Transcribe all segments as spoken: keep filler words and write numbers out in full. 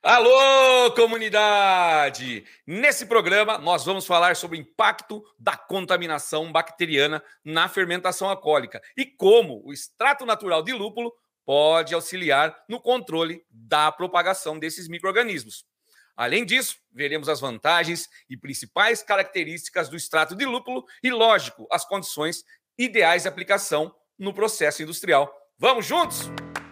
Alô, comunidade! Nesse programa, nós vamos falar sobre o impacto da contaminação bacteriana na fermentação alcoólica e como o extrato natural de lúpulo pode auxiliar no controle da propagação desses micro-organismos. Além disso, veremos as vantagens e principais características do extrato de lúpulo e, lógico, as condições ideais de aplicação no processo industrial. Vamos juntos?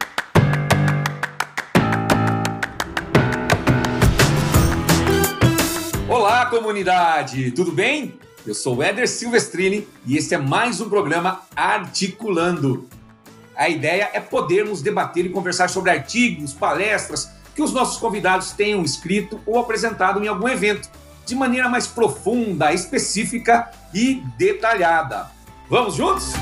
Olá, comunidade! Tudo bem? Eu sou o Éder Silvestrini e este é mais um programa Articulando. A ideia é podermos debater e conversar sobre artigos, palestras que os nossos convidados tenham escrito ou apresentado em algum evento, de maneira mais profunda, específica e detalhada. Vamos juntos?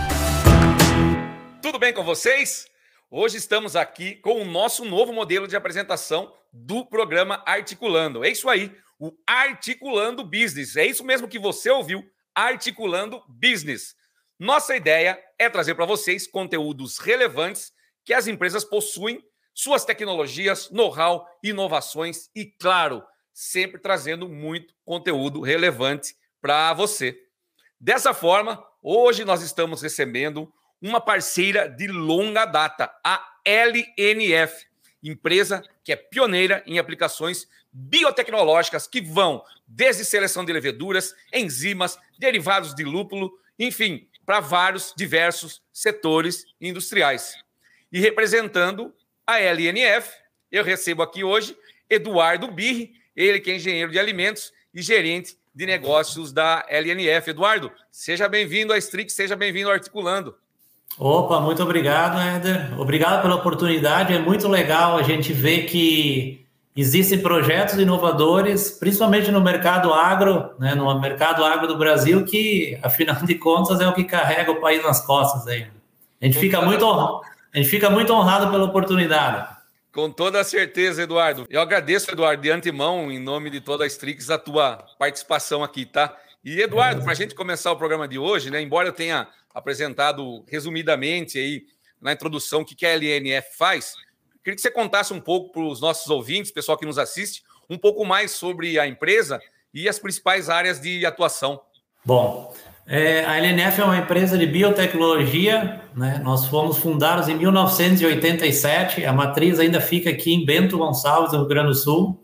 Tudo bem com vocês? Hoje estamos aqui com o nosso novo modelo de apresentação do programa Articulando. É isso aí, o Articulando Business. É isso mesmo que você ouviu, Articulando Business. Nossa ideia é trazer para vocês conteúdos relevantes que as empresas possuem, suas tecnologias, know-how, inovações e, claro, sempre trazendo muito conteúdo relevante para você. Dessa forma, hoje nós estamos recebendo uma parceira de longa data, a L N F, empresa que é pioneira em aplicações biotecnológicas que vão desde seleção de leveduras, enzimas, derivados de lúpulo, enfim, para vários diversos setores industriais. E representando a L N F, eu recebo aqui hoje Eduardo Birri, ele que é engenheiro de alimentos e gerente de negócios da L N F. Eduardo, seja bem-vindo à Strix, seja bem-vindo ao Articulando. Opa, muito obrigado, Éder. Obrigado pela oportunidade. É muito legal a gente ver que existem projetos inovadores, principalmente no mercado agro, né, no mercado agro do Brasil, que, afinal de contas, é o que carrega o país nas costas aí. A gente fica muito honrado, a gente fica muito honrado pela oportunidade. Com toda certeza, Eduardo. Eu agradeço, Eduardo, de antemão, em nome de toda a Strix, a tua participação aqui, tá? E, Eduardo, para a gente começar o programa de hoje, né, embora eu tenha apresentado resumidamente aí na introdução o que a L N F faz, queria que você contasse um pouco para os nossos ouvintes, pessoal que nos assiste, um pouco mais sobre a empresa e as principais áreas de atuação. Bom, é, a L N F é uma empresa de biotecnologia, né? Nós fomos fundados em mil novecentos e oitenta e sete, a matriz ainda fica aqui em Bento Gonçalves, no Rio Grande do Sul.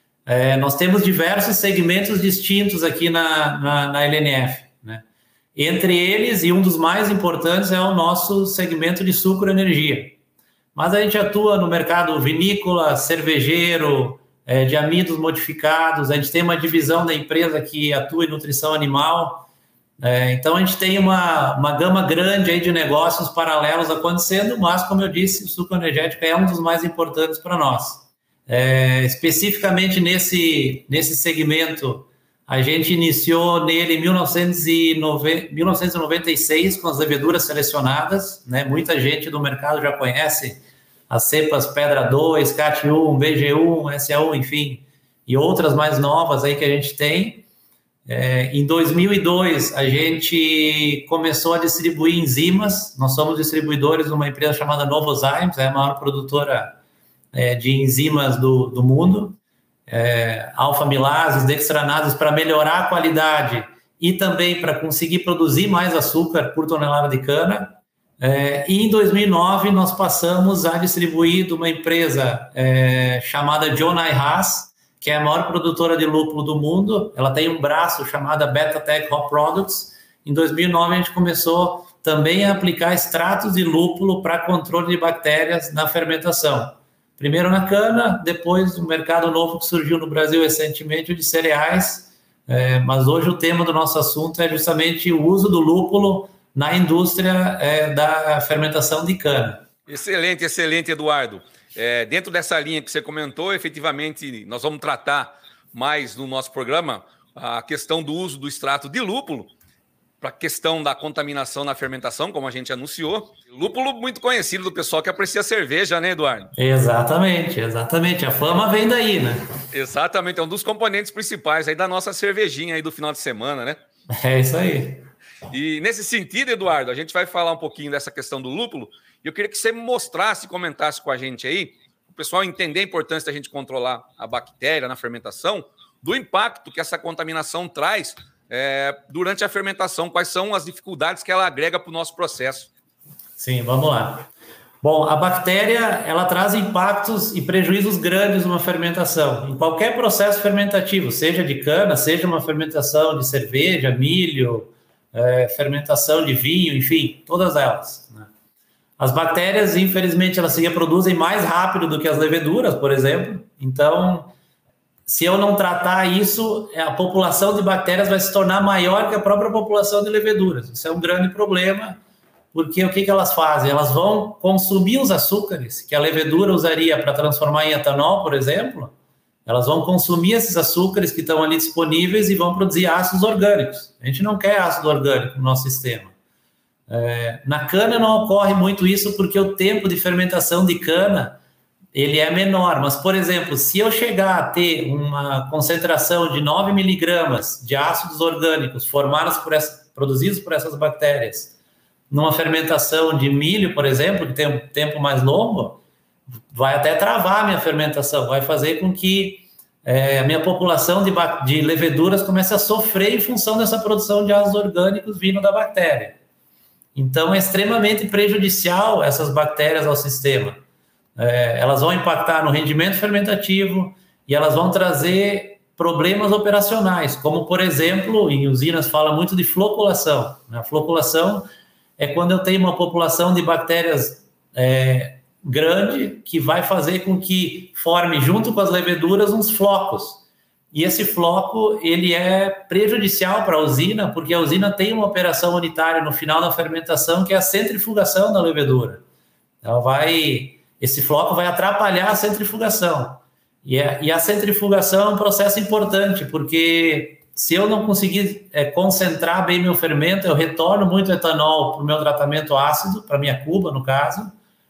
É, nós temos diversos segmentos distintos aqui na, na, na L N F, né? Entre eles, e um dos mais importantes, é o nosso segmento de sucro e energia. Mas a gente atua no mercado vinícola, cervejeiro, é, de amidos modificados, a gente tem uma divisão da empresa que atua em nutrição animal. É, então, a gente tem uma, uma gama grande aí de negócios paralelos acontecendo, mas, como eu disse, o sucro energético é um dos mais importantes para nós. É, especificamente nesse, nesse segmento, a gente iniciou nele em mil novecentos e noventa e seis com as leveduras selecionadas, né? Muita gente do mercado já conhece as cepas Pedra dois, C A T um, B G um, S A um, enfim, e outras mais novas aí que a gente tem. É, em dois mil e dois, a gente começou a distribuir enzimas. Nós somos distribuidores de uma empresa chamada Novozymes, é a maior produtora é, de enzimas do, do mundo. É, alfa-milases, dextranases, para melhorar a qualidade e também para conseguir produzir mais açúcar por tonelada de cana. É, e em dois mil e nove nós passamos a distribuir de uma empresa é, chamada John I. Haas, que é a maior produtora de lúpulo do mundo. Ela tem um braço chamado Betatech Hop Products. Em dois mil e nove a gente começou também a aplicar extratos de lúpulo para controle de bactérias na fermentação. Primeiro na cana, depois o mercado novo que surgiu no Brasil recentemente, o de cereais, é, mas hoje o tema do nosso assunto é justamente o uso do lúpulo na indústria é, da fermentação de cana. Excelente, excelente, Eduardo. É, dentro dessa linha que você comentou, efetivamente, nós vamos tratar mais no nosso programa a questão do uso do extrato de lúpulo, para a questão da contaminação na fermentação, como a gente anunciou. Lúpulo muito conhecido do pessoal que aprecia cerveja, né, Eduardo? Exatamente, exatamente. A fama vem daí, né? Exatamente, é um dos componentes principais aí da nossa cervejinha aí do final de semana, né? É isso aí. E nesse sentido, Eduardo, a gente vai falar um pouquinho dessa questão do lúpulo, e eu queria que você mostrasse, comentasse com a gente aí pessoal entender a importância da gente controlar a bactéria na fermentação, do impacto que essa contaminação traz é, durante a fermentação, quais são as dificuldades que ela agrega para o nosso processo. Sim, vamos lá. Bom, a bactéria, ela traz impactos e prejuízos grandes numa fermentação, em qualquer processo fermentativo, seja de cana, seja uma fermentação de cerveja, milho, é, fermentação de vinho, enfim, todas elas, né? As bactérias, infelizmente, elas se reproduzem mais rápido do que as leveduras, por exemplo. Então, se eu não tratar isso, a população de bactérias vai se tornar maior que a própria população de leveduras. Isso é um grande problema, porque o que, que elas fazem? Elas vão consumir os açúcares que a levedura usaria para transformar em etanol, por exemplo. Elas vão consumir esses açúcares que estão ali disponíveis e vão produzir ácidos orgânicos. A gente não quer ácido orgânico no nosso sistema. É, na cana não ocorre muito isso porque o tempo de fermentação de cana ele é menor, mas, por exemplo, se eu chegar a ter uma concentração de nove miligramas de ácidos orgânicos formados por essa, produzidos por essas bactérias numa fermentação de milho, por exemplo, que tem um tempo mais longo, vai até travar a minha fermentação, vai fazer com que é, a minha população de, de leveduras comece a sofrer em função dessa produção de ácidos orgânicos vindo da bactéria. Então, é extremamente prejudicial essas bactérias ao sistema. É, elas vão impactar no rendimento fermentativo e elas vão trazer problemas operacionais, como, por exemplo, em usinas fala muito de floculação. A floculação é quando eu tenho uma população de bactérias é, grande que vai fazer com que forme, junto com as leveduras, uns flocos. E esse floco, ele é prejudicial para a usina, porque a usina tem uma operação unitária no final da fermentação, que é a centrifugação da levedura. Ela vai, esse floco vai atrapalhar a centrifugação. E, é, e a centrifugação é um processo importante, porque se eu não conseguir é, concentrar bem meu fermento, eu retorno muito etanol para o meu tratamento ácido, para a minha cuba, no caso.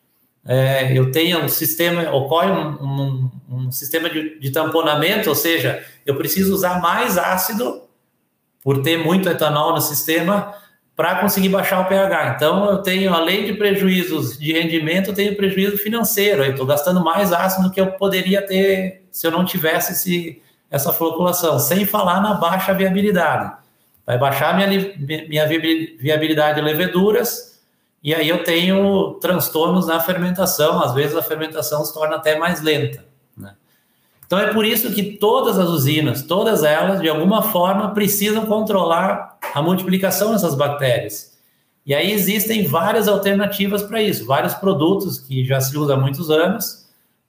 É, eu tenho um sistema, ocorre um, um, um sistema de, de tamponamento, ou seja, eu preciso usar mais ácido por ter muito etanol no sistema para conseguir baixar o pH. Então, eu tenho, além de prejuízos de rendimento, eu tenho prejuízo financeiro. Eu estou gastando mais ácido do que eu poderia ter se eu não tivesse esse, essa floculação, sem falar na baixa viabilidade. Vai baixar minha, minha viabilidade de leveduras, e aí eu tenho transtornos na fermentação. Às vezes a fermentação se torna até mais lenta, né? Então é por isso que todas as usinas, todas elas, de alguma forma, precisam controlar a multiplicação dessas bactérias. E aí existem várias alternativas para isso, vários produtos que já se usam há muitos anos,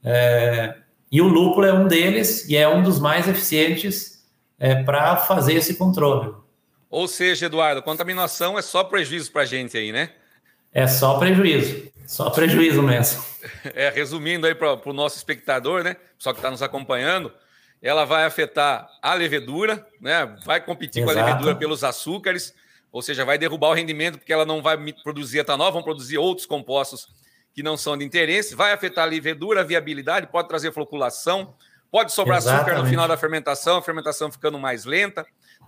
é, e o lúpulo é um deles, e é um dos mais eficientes é, para fazer esse controle. Ou seja, Eduardo, contaminação é só prejuízo para a gente aí, né? É só prejuízo, só prejuízo mesmo. É, resumindo aí para o nosso espectador, né, só que está nos acompanhando, ela vai afetar a levedura, né, vai competir Exato. com a levedura pelos açúcares, ou seja, vai derrubar o rendimento porque ela não vai produzir etanol, vão produzir outros compostos que não são de interesse, vai afetar a levedura, a viabilidade, pode trazer floculação, pode sobrar Exatamente. açúcar no final da fermentação, a fermentação ficando mais lenta.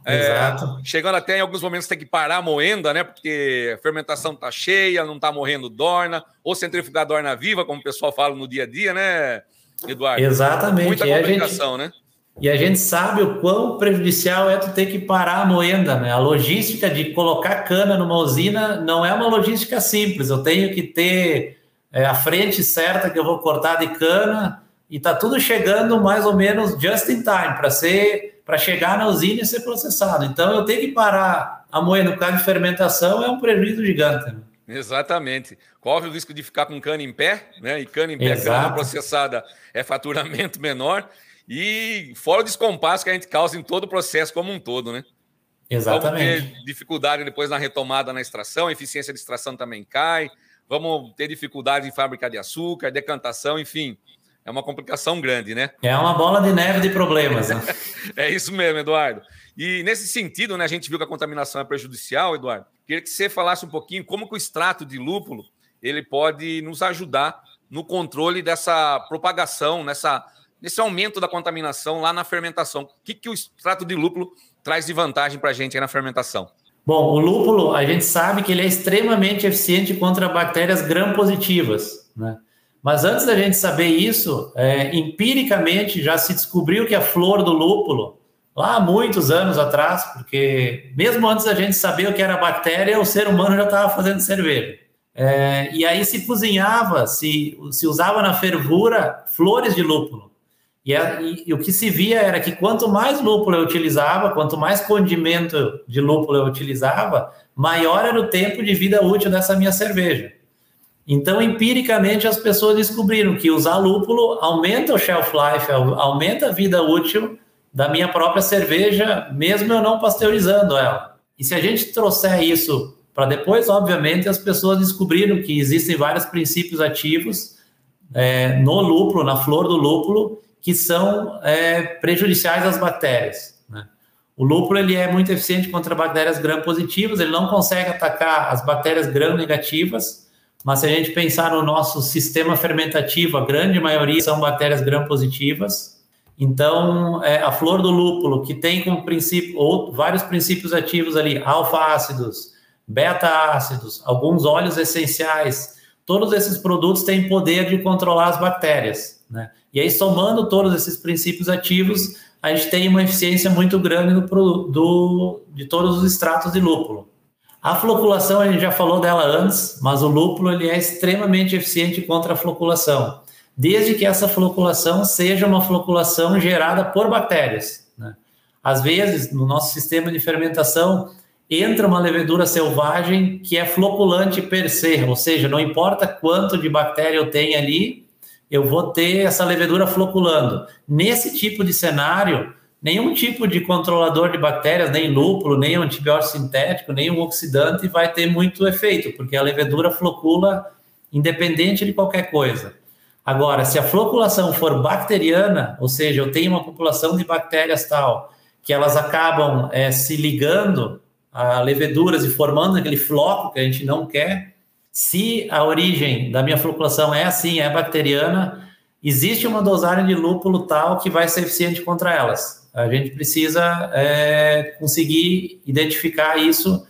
É, chegando até em alguns momentos tem que parar a moenda, né? Porque a fermentação está cheia, não está morrendo dorna, ou centrifugar dorna viva, como o pessoal fala no dia a dia, né, Eduardo? Exatamente. Muita complicação, e a gente, né? E a gente sabe o quão prejudicial é tu ter que parar a moenda, né? A logística de colocar cana numa usina não é uma logística simples. Eu tenho que ter é, a frente certa que eu vou cortar de cana e tá tudo chegando mais ou menos just in time para ser para chegar na usina e ser processado. Então, eu tenho que parar a moeda no caso de fermentação, é um prejuízo gigante. Né? Exatamente. Corre o risco de ficar com cana em pé, né? E cana em pé, cana processada, é faturamento menor. E fora o descompasso que a gente causa em todo o processo como um todo, né? Exatamente. Vamos ter dificuldade depois na retomada na extração, a eficiência de extração também cai. Vamos ter dificuldade em fábrica de açúcar, decantação, enfim. É uma complicação grande, né? É uma bola de neve de problemas, né? É isso mesmo, Eduardo. E nesse sentido, né, a gente viu que a contaminação é prejudicial, Eduardo. Queria que você falasse um pouquinho como que o extrato de lúpulo ele pode nos ajudar no controle dessa propagação, nessa, nesse aumento da contaminação lá na fermentação. O que, que o extrato de lúpulo traz de vantagem para a gente aí na fermentação? Bom, o lúpulo, a gente sabe que ele é extremamente eficiente contra bactérias gram-positivas, né? Mas antes da gente saber isso, é, empiricamente já se descobriu que a flor do lúpulo, lá há muitos anos atrás, porque mesmo antes da gente saber o que era bactéria, o ser humano já estava fazendo cerveja. É, e aí se cozinhava, se, se usava na fervura flores de lúpulo. E, a, e, e o que se via era que quanto mais lúpulo eu utilizava, quanto mais condimento de lúpulo eu utilizava, maior era o tempo de vida útil dessa minha cerveja. Então, empiricamente, as pessoas descobriram que usar lúpulo aumenta o shelf life, aumenta a vida útil da minha própria cerveja, mesmo eu não pasteurizando ela. E se a gente trouxer isso para depois, obviamente, as pessoas descobriram que existem vários princípios ativos é, no lúpulo, na flor do lúpulo, que são é, prejudiciais às bactérias, né? O lúpulo ele é muito eficiente contra bactérias gram-positivas, ele não consegue atacar as bactérias gram-negativas, mas se a gente pensar no nosso sistema fermentativo, a grande maioria são bactérias gram-positivas. Então, é, a flor do lúpulo, que tem como princípio, ou vários princípios ativos ali, alfa-ácidos, beta-ácidos, alguns óleos essenciais, todos esses produtos têm poder de controlar as bactérias, né? E aí, somando todos esses princípios ativos, a gente tem uma eficiência muito grande do, do, de todos os extratos de lúpulo. A floculação, a gente já falou dela antes, mas o lúpulo ele é extremamente eficiente contra a floculação, desde que essa floculação seja uma floculação gerada por bactérias, né? Às vezes, no nosso sistema de fermentação, entra uma levedura selvagem que é floculante per se, ou seja, não importa quanto de bactéria eu tenho ali, eu vou ter essa levedura floculando. Nesse tipo de cenário, nenhum tipo de controlador de bactérias, nem lúpulo, nem um antibiótico sintético, nem um oxidante vai ter muito efeito, porque a levedura flocula independente de qualquer coisa. Agora, se a floculação for bacteriana, ou seja, eu tenho uma população de bactérias tal, que elas acabam é, se ligando a leveduras e formando aquele floco que a gente não quer, se a origem da minha floculação é assim, é bacteriana, existe uma dosagem de lúpulo tal que vai ser eficiente contra elas. A gente precisa é, conseguir identificar isso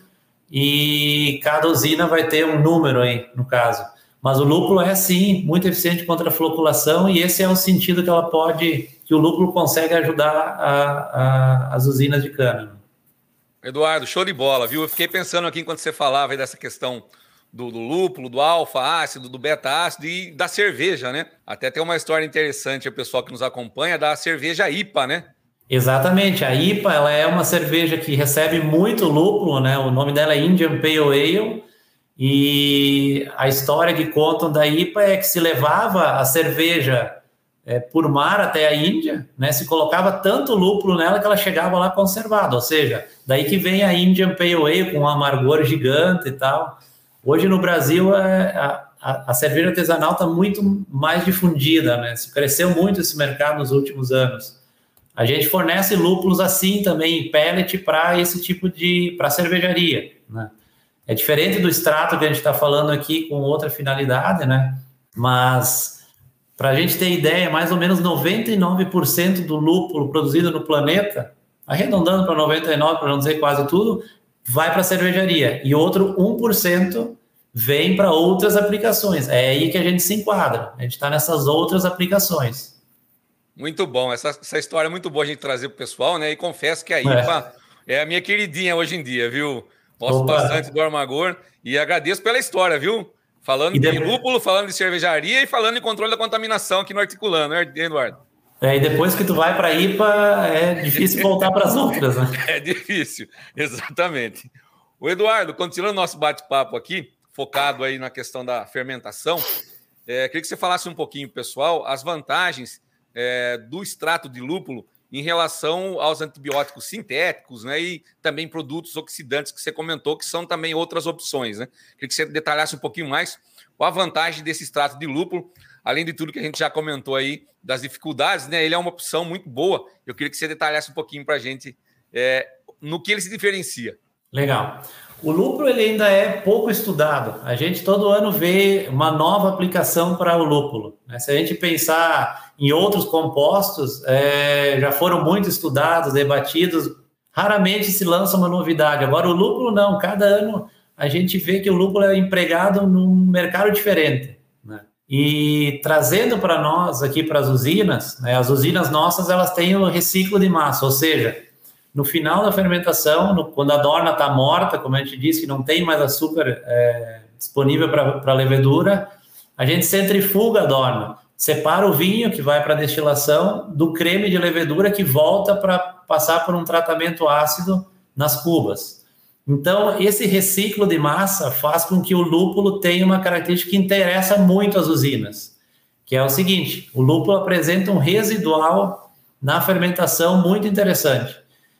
e cada usina vai ter um número aí, no caso. Mas o lúpulo é, sim, muito eficiente contra a floculação e esse é o sentido que ela pode, que o lúpulo consegue ajudar a, a, as usinas de cana. Eduardo, show de bola, viu? Eu fiquei pensando aqui enquanto você falava aí dessa questão do, do lúpulo, do alfa-ácido, do beta-ácido e da cerveja, né? Até tem uma história interessante, o pessoal que nos acompanha, da cerveja I P A, né? Exatamente, a I P A ela é uma cerveja que recebe muito lúpulo, né? O nome dela é Indian Pale Ale e a história que contam da I P A é que se levava a cerveja é, por mar até a Índia, né? Se colocava tanto lúpulo nela que ela chegava lá conservada, ou seja, daí que vem a Indian Pale Ale com um amargor gigante e tal. Hoje no Brasil a, a, a cerveja artesanal está muito mais difundida, né? Cresceu muito esse mercado nos últimos anos. A gente fornece lúpulos assim também em pellet para esse tipo de para cervejaria, né? É diferente do extrato que a gente está falando aqui com outra finalidade, né? Mas para a gente ter ideia, mais ou menos noventa e nove por cento do lúpulo produzido no planeta, arredondando para noventa e nove por cento, para não dizer quase tudo, vai para a cervejaria e outro um por cento vem para outras aplicações. É aí que a gente se enquadra. A gente está nessas outras aplicações. Muito bom, essa, essa história é muito boa a gente trazer para o pessoal, né? E confesso que a I P A é, é a minha queridinha hoje em dia, viu? Gosto Opa. bastante do Armagor e agradeço pela história, viu? Falando e de depois... lúpulo, falando de cervejaria e falando de controle da contaminação aqui no Articulando, né, Eduardo? É, e depois que tu vai para a I P A, é difícil voltar para as outras, né? É difícil, exatamente. O Eduardo, continuando nosso bate-papo aqui, focado aí na questão da fermentação, é, queria que você falasse um pouquinho, pessoal, as vantagens É, do extrato de lúpulo em relação aos antibióticos sintéticos, né, e também produtos oxidantes que você comentou, que são também outras opções, né? Queria que você detalhasse um pouquinho mais qual a vantagem desse extrato de lúpulo, além de tudo que a gente já comentou aí, das dificuldades, né? Ele é uma opção muito boa. Eu queria que você detalhasse um pouquinho para a gente é, no que ele se diferencia. Legal. O lúpulo ele ainda é pouco estudado. A gente todo ano vê uma nova aplicação para o lúpulo, né? Se a gente pensar em outros compostos, é, já foram muito estudados, debatidos, raramente se lança uma novidade. Agora o lúpulo não, cada ano a gente vê que o lúpulo é empregado num mercado diferente, né? e trazendo para nós aqui para as usinas, né, as usinas nossas elas têm o reciclo de massa, ou seja, no final da fermentação, no, quando a dorna está morta, como a gente disse, que não tem mais açúcar é, disponível para a levedura, a gente centrifuga a dorna, separa o vinho que vai para a destilação do creme de levedura que volta para passar por um tratamento ácido nas cubas. Então, esse reciclo de massa faz com que o lúpulo tenha uma característica que interessa muito às usinas, que é o seguinte: o lúpulo apresenta um residual na fermentação muito interessante.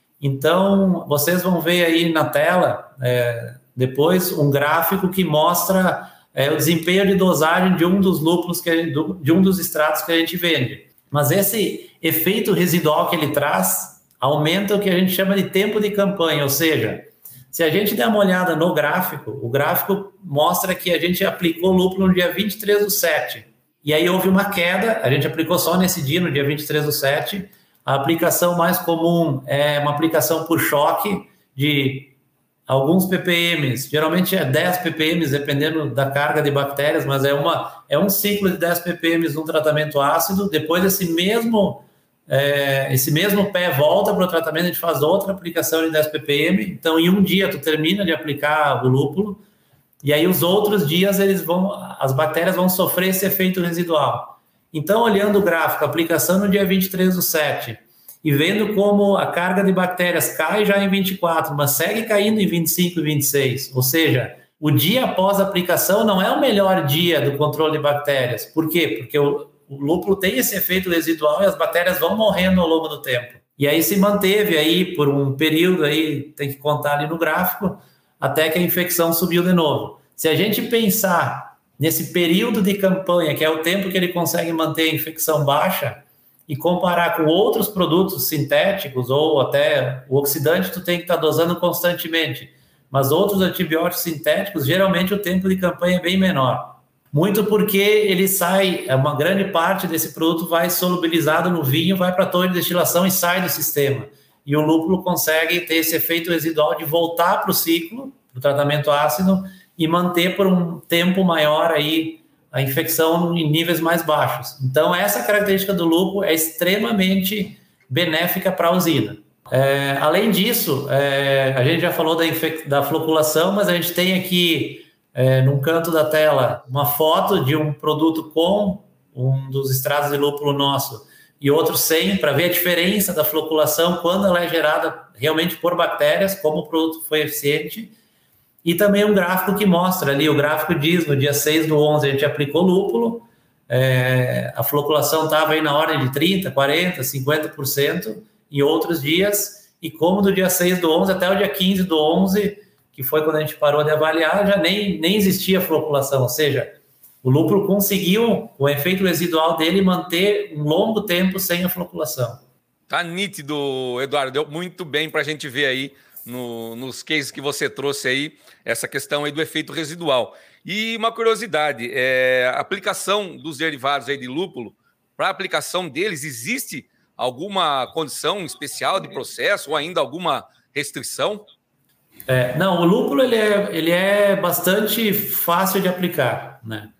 Então, vocês vão ver aí na tela, é, depois, um gráfico que mostra é, o desempenho de dosagem de um dos lúpulos, que, de um dos extratos que a gente vende. Mas esse efeito residual que ele traz aumenta o que a gente chama de tempo de campanha, ou seja, se a gente der uma olhada no gráfico, o gráfico mostra que a gente aplicou lúpulo no dia vinte e três do sete, e aí houve uma queda, a gente aplicou só nesse dia, no dia vinte e três do sete, a aplicação mais comum é uma aplicação por choque de alguns ppm, geralmente é dez ppm, dependendo da carga de bactérias, mas é, uma, é um ciclo de dez ppm num tratamento ácido, depois esse mesmo, é, esse mesmo pé volta para o tratamento, a gente faz outra aplicação de dez ppm, então em um dia tu termina de aplicar o lúpulo, e aí os outros dias eles vão, as bactérias vão sofrer esse efeito residual. Então, olhando o gráfico, a aplicação no dia vinte e três do sete, e vendo como a carga de bactérias cai já em vinte e quatro, mas segue caindo em vinte e cinco e vinte e seis, ou seja, o dia após a aplicação não é o melhor dia do controle de bactérias. Por quê? Porque o, o lúpulo tem esse efeito residual e as bactérias vão morrendo ao longo do tempo. E aí se manteve aí por um período, aí tem que contar ali no gráfico, até que a infecção subiu de novo. Se a gente pensar nesse período de campanha, que é o tempo que ele consegue manter a infecção baixa, e comparar com outros produtos sintéticos, ou até o oxidante, tu tem que estar dosando constantemente. Mas outros antibióticos sintéticos, geralmente o tempo de campanha é bem menor. Muito porque ele sai, uma grande parte desse produto vai solubilizado no vinho, vai para a torre de destilação e sai do sistema. E o lúpulo consegue ter esse efeito residual de voltar para o ciclo, para o tratamento ácido, e manter por um tempo maior aí a infecção em níveis mais baixos. Então, essa característica do lúpulo é extremamente benéfica para a usina. É, além disso, é, a gente já falou da, da floculação, mas a gente tem aqui, é, num canto da tela, uma foto de um produto com um dos extratos de lúpulo nosso e outro sem, para ver a diferença da floculação quando ela é gerada realmente por bactérias, como o produto foi eficiente. E também um gráfico que mostra ali, o gráfico diz, no dia seis do onze a gente aplicou lúpulo, é, a floculação estava aí na ordem de trinta, quarenta, cinquenta por cento em outros dias, e como do dia seis do onze até o dia quinze do onze, que foi quando a gente parou de avaliar, já nem, nem existia floculação, ou seja, o lúpulo conseguiu, com o efeito residual dele, manter um longo tempo sem a floculação. Tá nítido, Eduardo, deu muito bem para a gente ver aí, No, nos cases que você trouxe aí, essa questão aí do efeito residual. E uma curiosidade, é, a aplicação dos derivados aí de lúpulo, para a aplicação deles, existe alguma condição especial de processo ou ainda alguma restrição? É, não, o lúpulo ele é, ele é bastante fácil de aplicar, né?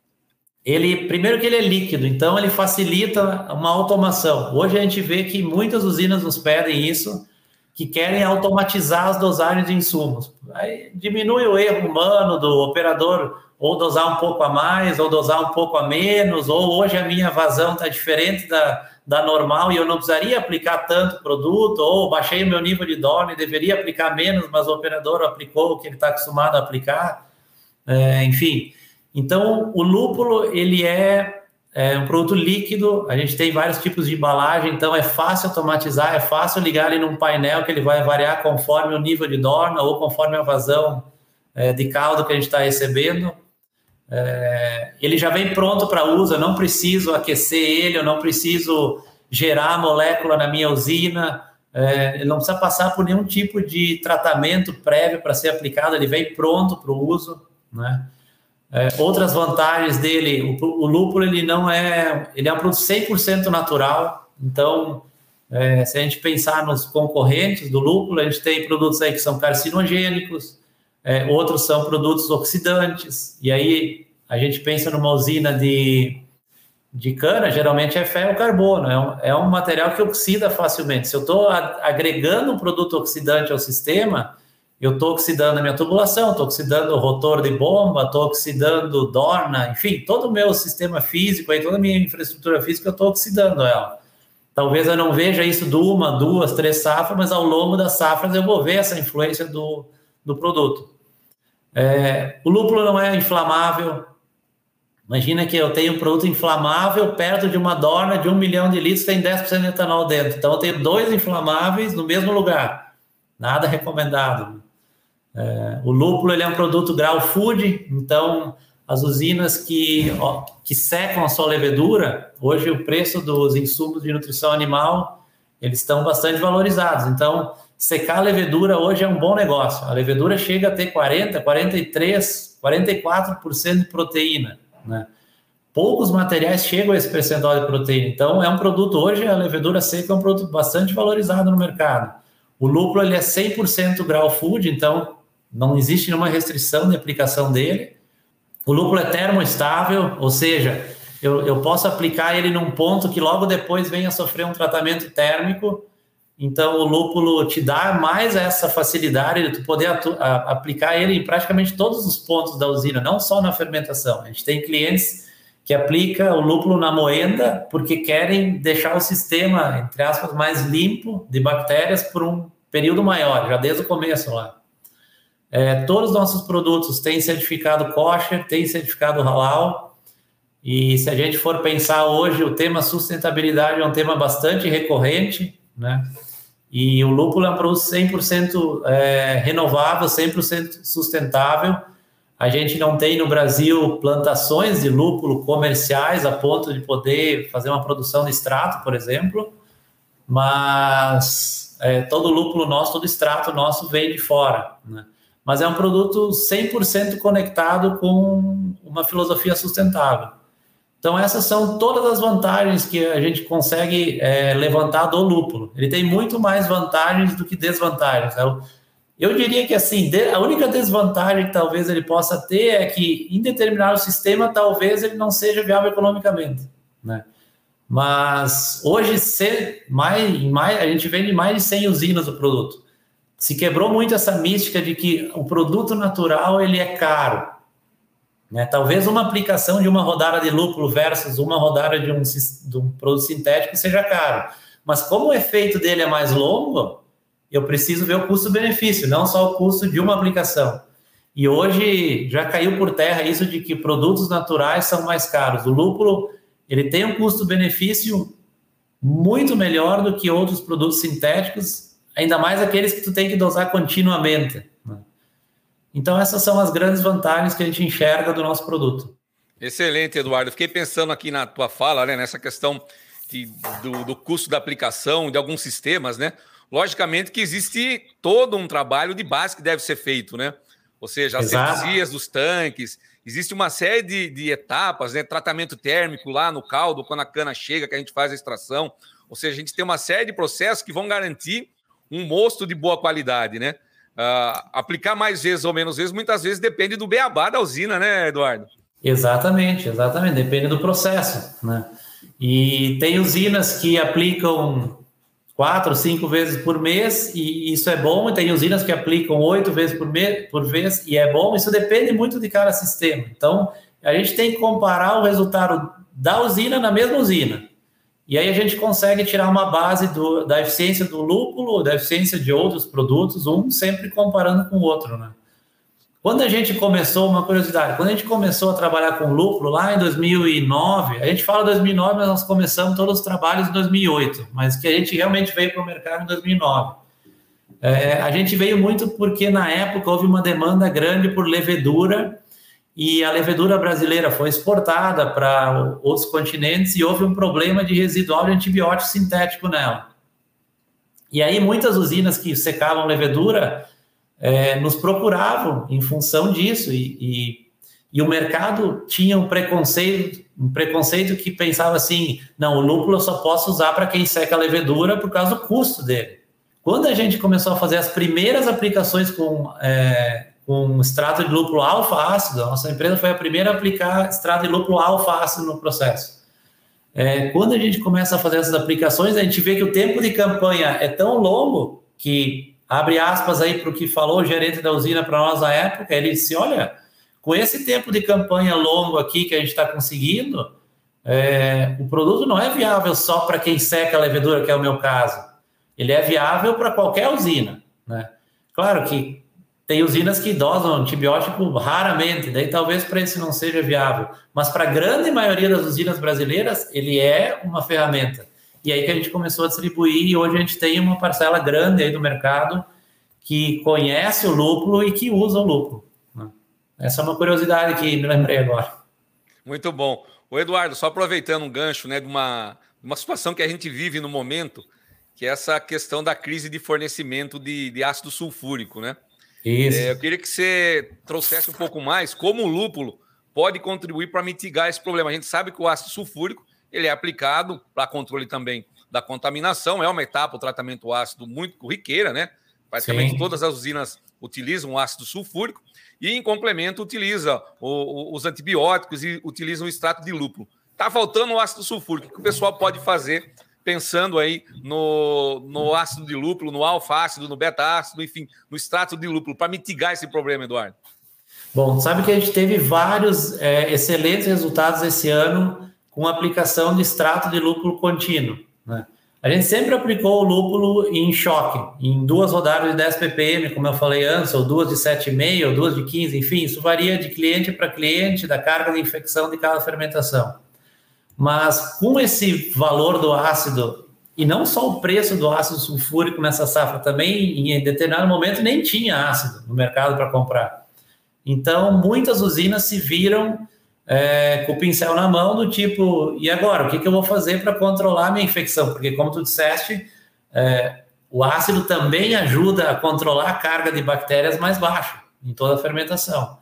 Ele, primeiro que ele é líquido, então ele facilita uma automação. Hoje a gente vê que muitas usinas nos pedem isso, que querem automatizar as dosagens de insumos. Aí diminui o erro humano do operador, ou dosar um pouco a mais, ou dosar um pouco a menos, ou hoje a minha vazão está diferente da, da normal e eu não precisaria aplicar tanto produto, ou baixei o meu nível de dorna e deveria aplicar menos, mas o operador aplicou o que ele está acostumado a aplicar. É, enfim, então o lúpulo ele é... É um produto líquido, a gente tem vários tipos de embalagem, então é fácil automatizar, é fácil ligar ele num painel que ele vai variar conforme o nível de dorna ou conforme a vazão é, de caldo que a gente está recebendo. É, ele já vem pronto para uso, eu não preciso aquecer ele, eu não preciso gerar a molécula na minha usina, é, ele não precisa passar por nenhum tipo de tratamento prévio para ser aplicado, ele vem pronto para o uso, né? É, outras vantagens dele, o, o lúpulo ele não é, ele é um produto cem por cento natural, então é, se a gente pensar nos concorrentes do lúpulo, a gente tem produtos aí que são carcinogênicos, é, outros são produtos oxidantes, e aí a gente pensa numa usina de, de cana, geralmente é ferro-carbono, é um, é um material que oxida facilmente. Se eu estou agregando um produto oxidante ao sistema, eu estou oxidando a minha tubulação, estou oxidando o rotor de bomba, estou oxidando dorna, enfim, todo o meu sistema físico, aí, toda a minha infraestrutura física, eu estou oxidando ela. Talvez eu não veja isso de uma, duas, três safras, mas ao longo das safras eu vou ver essa influência do, do produto. É, o lúpulo não é inflamável. Imagina que eu tenho um produto inflamável perto de uma dorna de um milhão de litros, tem dez por cento de etanol dentro. Então eu tenho dois inflamáveis no mesmo lugar. Nada recomendado. É, o lúpulo ele é um produto grau food, então as usinas que, ó, que secam a sua levedura, hoje o preço dos insumos de nutrição animal, eles estão bastante valorizados. Então, secar a levedura hoje é um bom negócio. A levedura chega a ter quarenta, quarenta e três, quarenta e quatro por cento de proteína, né? Poucos materiais chegam a esse percentual de proteína. Então, é um produto, hoje a levedura seca é um produto bastante valorizado no mercado. O lúpulo ele é cem por cento grau food, então não existe nenhuma restrição de aplicação dele. O lúpulo é termoestável, ou seja, eu, eu posso aplicar ele num ponto que logo depois venha a sofrer um tratamento térmico. Então, o lúpulo te dá mais essa facilidade de tu poder atu- a, aplicar ele em praticamente todos os pontos da usina, não só na fermentação. A gente tem clientes que aplicam o lúpulo na moenda porque querem deixar o sistema, entre aspas, mais limpo de bactérias por um período maior, já desde o começo lá. É, todos os nossos produtos têm certificado kosher, têm certificado halal, e se a gente for pensar hoje, o tema sustentabilidade é um tema bastante recorrente, né? E o lúpulo é um produto cem por cento é, renovável, cem por cento sustentável. A gente não tem no Brasil plantações de lúpulo comerciais a ponto de poder fazer uma produção de extrato, por exemplo, mas é, todo lúpulo nosso, todo extrato nosso vem de fora, né? Mas é um produto cem por cento conectado com uma filosofia sustentável. Então, essas são todas as vantagens que a gente consegue é, levantar do lúpulo. Ele tem muito mais vantagens do que desvantagens. Eu, eu diria que, assim, a única desvantagem que talvez ele possa ter é que, em determinado sistema, talvez ele não seja viável economicamente, né? Mas, hoje, ser mais, mais, a gente vende mais de cem usinas do produto. Se quebrou muito essa mística de que o produto natural ele é caro, né? Talvez uma aplicação de uma rodada de lúpulo versus uma rodada de um, de um produto sintético seja caro. Mas como o efeito dele é mais longo, eu preciso ver o custo-benefício, não só o custo de uma aplicação. E hoje já caiu por terra isso de que produtos naturais são mais caros. O lúpulo ele tem um custo-benefício muito melhor do que outros produtos sintéticos, ainda mais aqueles que tu tem que dosar continuamente, né? Então, essas são as grandes vantagens que a gente enxerga do nosso produto. Excelente, Eduardo. Fiquei pensando aqui na tua fala, né, nessa questão de, do, do custo da aplicação de alguns sistemas, né? Logicamente que existe todo um trabalho de base que deve ser feito, né? Ou seja, as sepsias dos tanques, existe uma série de, de etapas, né? Tratamento térmico lá no caldo, quando a cana chega, que a gente faz a extração. Ou seja, a gente tem uma série de processos que vão garantir um mosto de boa qualidade, né? Uh, aplicar mais vezes ou menos vezes, muitas vezes depende do beabá da usina, né, Eduardo? Exatamente, exatamente, depende do processo, né? E tem usinas que aplicam quatro, cinco vezes por mês e isso é bom, e tem usinas que aplicam oito vezes por, mês, por vez e é bom, isso depende muito de cada sistema. Então, a gente tem que comparar o resultado da usina na mesma usina. E aí a gente consegue tirar uma base do, da eficiência do lúpulo, da eficiência de outros produtos, um sempre comparando com o outro, né? Quando a gente começou, uma curiosidade, quando a gente começou a trabalhar com lúpulo lá em dois mil e nove, a gente fala dois mil e nove, mas nós começamos todos os trabalhos em dois mil e oito, mas que a gente realmente veio para o mercado em dois mil e nove. É, a gente veio muito porque na época houve uma demanda grande por levedura, e a levedura brasileira foi exportada para outros continentes e houve um problema de residual de antibiótico sintético nela. E aí muitas usinas que secavam levedura é, nos procuravam em função disso e, e, e o mercado tinha um preconceito, um preconceito que pensava assim, não, o lúpulo eu só posso usar para quem seca a levedura por causa do custo dele. Quando a gente começou a fazer as primeiras aplicações com, é, com extrato de lúpulo alfa-ácido. A nossa empresa foi a primeira a aplicar extrato de lúpulo alfa-ácido no processo. É, quando a gente começa a fazer essas aplicações, a gente vê que o tempo de campanha é tão longo que, abre aspas aí para o que falou o gerente da usina para nós na época, ele disse, olha, com esse tempo de campanha longo aqui que a gente está conseguindo, é, o produto não é viável só para quem seca a levedura, que é o meu caso. Ele é viável para qualquer usina, né? Claro que tem usinas que dosam antibiótico raramente, daí talvez para esse não seja viável. Mas para a grande maioria das usinas brasileiras, ele é uma ferramenta. E aí que a gente começou a distribuir e hoje a gente tem uma parcela grande aí do mercado que conhece o lúpulo e que usa o lúpulo. Essa é uma curiosidade que me lembrei agora. Muito bom. Ô Eduardo, só aproveitando um gancho, né, de uma, uma situação que a gente vive no momento, que é essa questão da crise de fornecimento de, de ácido sulfúrico, né? Isso. É, eu queria que você trouxesse um pouco mais como o lúpulo pode contribuir para mitigar esse problema. A gente sabe que o ácido sulfúrico ele é aplicado para controle também da contaminação, é uma etapa, o tratamento ácido muito corriqueira, né? Praticamente Sim. todas as usinas utilizam o ácido sulfúrico e, em complemento, utiliza o, o, os antibióticos e utilizam o extrato de lúpulo. Está faltando o ácido sulfúrico. O que o pessoal pode fazer pensando aí no, no ácido de lúpulo, no alfa-ácido, no beta-ácido, enfim, no extrato de lúpulo, para mitigar esse problema, Eduardo? Bom, sabe que a gente teve vários é, excelentes resultados esse ano com a aplicação de extrato de lúpulo contínuo, né? A gente sempre aplicou o lúpulo em choque, em duas rodadas de dez ppm, como eu falei antes, ou duas de sete vírgula cinco, ou duas de quinze, enfim, isso varia de cliente para cliente, da carga de infecção de cada fermentação. Mas com esse valor do ácido, e não só o preço do ácido sulfúrico nessa safra, também em determinado momento nem tinha ácido no mercado para comprar. Então, muitas usinas se viram é, com o pincel na mão do tipo, e agora, o que, que eu vou fazer para controlar a minha infecção? Porque, como tu disseste, é, o ácido também ajuda a controlar a carga de bactérias mais baixa em toda a fermentação.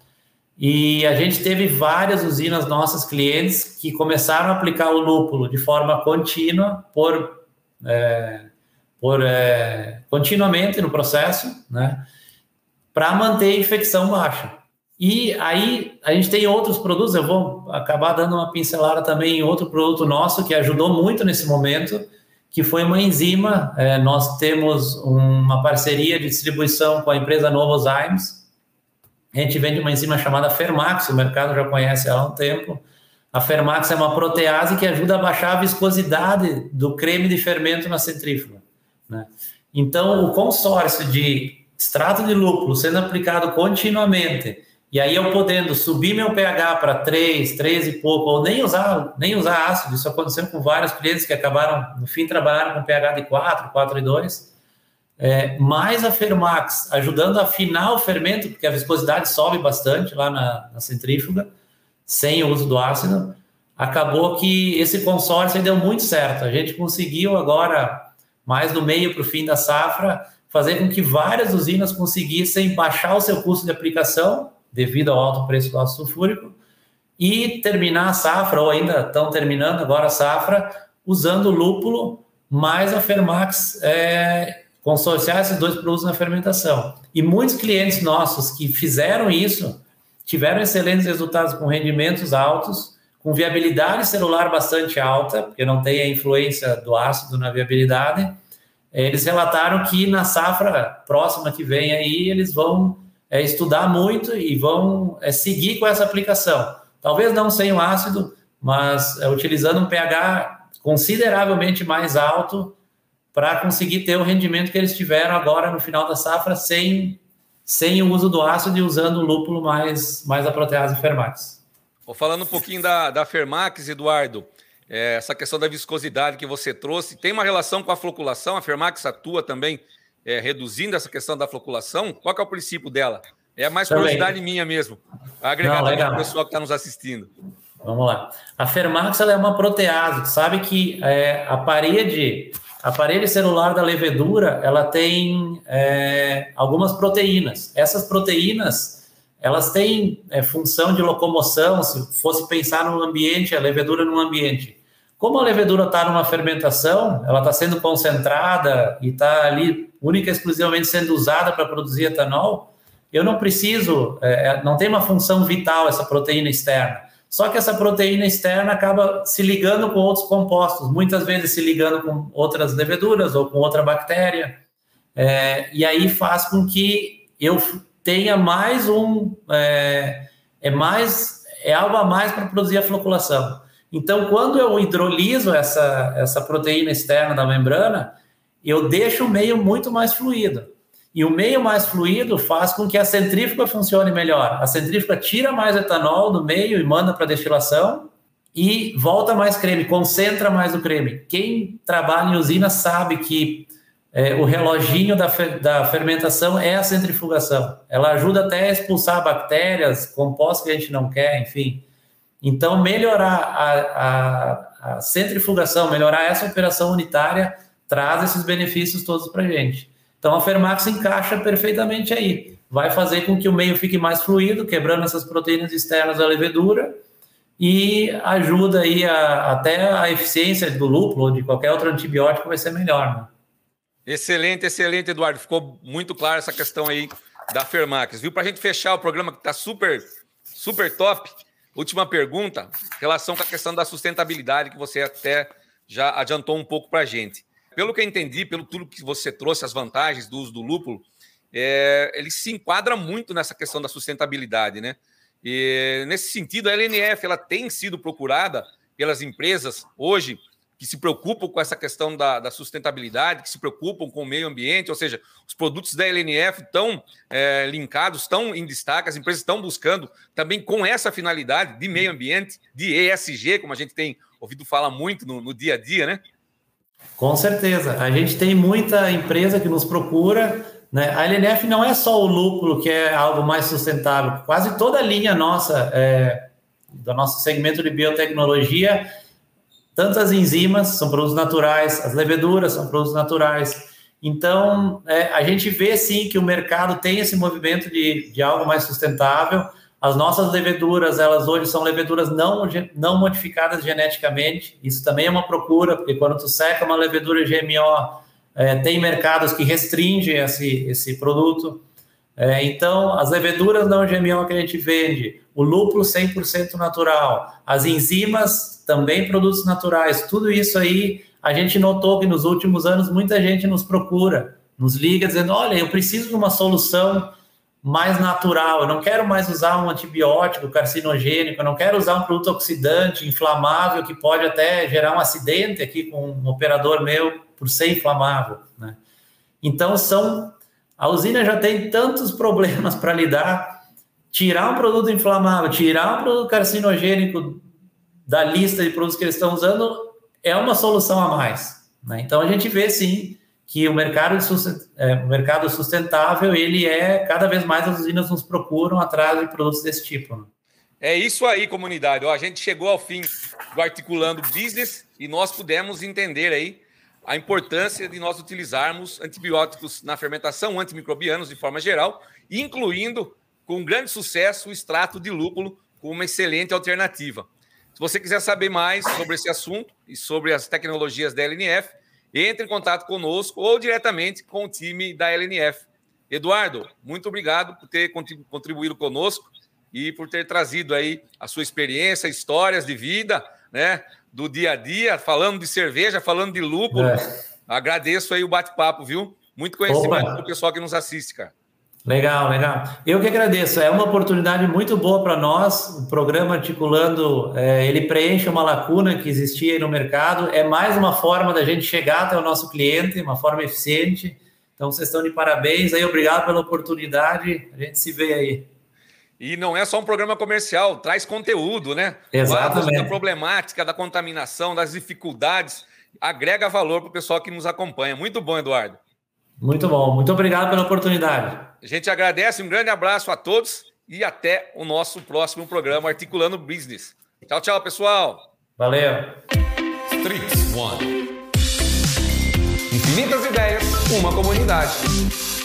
E a gente teve várias usinas nossas clientes que começaram a aplicar o lúpulo de forma contínua, por, é, por é, continuamente no processo, né, para manter a infecção baixa. E aí a gente tem outros produtos, eu vou acabar dando uma pincelada também em outro produto nosso que ajudou muito nesse momento, que foi uma enzima. É, nós temos uma parceria de distribuição com a empresa Novozymes. A gente vende uma enzima chamada Fermax, o mercado já conhece ela há um tempo. A Fermax é uma protease que ajuda a baixar a viscosidade do creme de fermento na centrífuga, né? Então, o consórcio de extrato de lúpulo sendo aplicado continuamente, e aí eu podendo subir meu pH para três, três e pouco, ou nem usar, nem usar ácido, isso aconteceu com vários clientes que acabaram, no fim, trabalharam com pH de quatro, quatro e dois, é, mais a Fermax ajudando a afinar o fermento, porque a viscosidade sobe bastante lá na, na centrífuga, sem o uso do ácido, acabou que esse consórcio aí deu muito certo. A gente conseguiu agora, mais do meio para o fim da safra, fazer com que várias usinas conseguissem baixar o seu custo de aplicação, devido ao alto preço do ácido sulfúrico, e terminar a safra, ou ainda estão terminando agora a safra, usando o lúpulo mais a Fermax, é, consorciar esses dois produtos na fermentação. E muitos clientes nossos que fizeram isso, tiveram excelentes resultados com rendimentos altos, com viabilidade celular bastante alta, porque não tem a influência do ácido na viabilidade. Eles relataram que na safra próxima que vem aí, eles vão é, estudar muito e vão é, seguir com essa aplicação. Talvez não sem o ácido, mas é, utilizando um pH consideravelmente mais alto para conseguir ter o rendimento que eles tiveram agora no final da safra, sem, sem o uso do ácido e usando o lúpulo mais, mais a protease Fermax. Falando um pouquinho da, da Fermax, Eduardo, é, essa questão da viscosidade que você trouxe, tem uma relação com a floculação? A Fermax atua também é, reduzindo essa questão da floculação? Qual que é o princípio dela? É mais também. Curiosidade minha mesmo, agregada para o pessoal que está nos assistindo. Vamos lá. A Fermax ela é uma protease. Tu sabe que é, a parede, a parede celular da levedura, ela tem é, algumas proteínas. Essas proteínas, elas têm é, função de locomoção. Se fosse pensar no ambiente, a levedura no ambiente. Como a levedura está numa fermentação, ela está sendo concentrada e está ali única e exclusivamente sendo usada para produzir etanol, eu não preciso, é, não tem uma função vital essa proteína externa. Só que essa proteína externa acaba se ligando com outros compostos, muitas vezes se ligando com outras leveduras ou com outra bactéria, é, e aí faz com que eu tenha mais um, é, é, mais, é algo a mais para produzir a floculação. Então, quando eu hidroliso essa, essa proteína externa da membrana, eu deixo o meio muito mais fluido. E o meio mais fluido faz com que a centrífuga funcione melhor. A centrífuga tira mais etanol do meio e manda para a destilação e volta mais creme, concentra mais o creme. Quem trabalha em usina sabe que é, o reloginho da, fer da fermentação é a centrifugação. Ela ajuda até a expulsar bactérias, compostos que a gente não quer, enfim. Então, melhorar a, a, a centrifugação, melhorar essa operação unitária, traz esses benefícios todos para a gente. Então, a Fermax encaixa perfeitamente aí. Vai fazer com que o meio fique mais fluido, quebrando essas proteínas externas da levedura e ajuda aí a, até a eficiência do lúpulo ou de qualquer outro antibiótico vai ser melhor, né? Excelente, excelente, Eduardo. Ficou muito claro essa questão aí da Fermax. Viu? Para a gente fechar o programa que está super, super top, última pergunta, em relação com a questão da sustentabilidade, que você até já adiantou um pouco para a gente. Pelo que eu entendi, pelo tudo que você trouxe, as vantagens do uso do lúpulo, é, ele se enquadra muito nessa questão da sustentabilidade, né? E, nesse sentido, a L N F ela tem sido procurada pelas empresas hoje que se preocupam com essa questão da, da sustentabilidade, que se preocupam com o meio ambiente, ou seja, os produtos da L N F estão é, linkados, estão em destaque, as empresas estão buscando também com essa finalidade de meio ambiente, de E S G, como a gente tem ouvido falar muito no, no dia a dia, né? Com certeza. A gente tem muita empresa que nos procura, né? A L N F não é só o lúpulo que é algo mais sustentável. Quase toda a linha nossa, é, do nosso segmento de biotecnologia, tanto as enzimas são produtos naturais, as leveduras são produtos naturais. Então, é, a gente vê sim que o mercado tem esse movimento de, de algo mais sustentável. As nossas leveduras, elas hoje são leveduras não, não modificadas geneticamente. Isso também é uma procura, porque quando tu seca uma levedura G M O, é, tem mercados que restringem esse, esse produto. É, então, as leveduras não G M O que a gente vende, o lúpulo cem por cento natural, as enzimas também produtos naturais, tudo isso aí, a gente notou que nos últimos anos muita gente nos procura, nos liga dizendo, olha, eu preciso de uma solução mais natural, eu não quero mais usar um antibiótico carcinogênico, eu não quero usar um produto oxidante, inflamável, que pode até gerar um acidente aqui com um operador meu por ser inflamável, né? Então, são, a usina já tem tantos problemas para lidar, tirar um produto inflamável, tirar um produto carcinogênico da lista de produtos que eles estão usando é uma solução a mais, né? Então, a gente vê, sim, que o mercado, é, o mercado sustentável, ele é, cada vez mais as usinas nos procuram atrás de produtos desse tipo, né? É isso aí, comunidade. Ó, a gente chegou ao fim do Articulando Business e nós pudemos entender aí a importância de nós utilizarmos antibióticos na fermentação, antimicrobianos de forma geral, incluindo, com grande sucesso, o extrato de lúpulo como uma excelente alternativa. Se você quiser saber mais sobre esse assunto e sobre as tecnologias da L N F, entre em contato conosco ou diretamente com o time da L N F. Eduardo, muito obrigado por ter contribuído conosco e por ter trazido aí a sua experiência, histórias de vida, né, do dia a dia, falando de cerveja, falando de lúpulo. É. Agradeço aí o bate-papo, viu? Muito conhecimento para o pessoal que nos assiste, cara. Legal, legal. Eu que agradeço. É uma oportunidade muito boa para nós. O programa Articulando, é, ele preenche uma lacuna que existia aí no mercado. É mais uma forma da gente chegar até o nosso cliente, uma forma eficiente. Então, vocês estão de parabéns. Aí, obrigado pela oportunidade. A gente se vê aí. E não é só um programa comercial, traz conteúdo, né? Exatamente. Da problemática, da contaminação, das dificuldades. Agrega valor para o pessoal que nos acompanha. Muito bom, Eduardo. Muito bom. Muito obrigado pela oportunidade. A gente agradece, um grande abraço a todos e até o nosso próximo programa Articulando Business. Tchau, tchau, pessoal. Valeu. Strix One. Infinitas ideias, uma comunidade.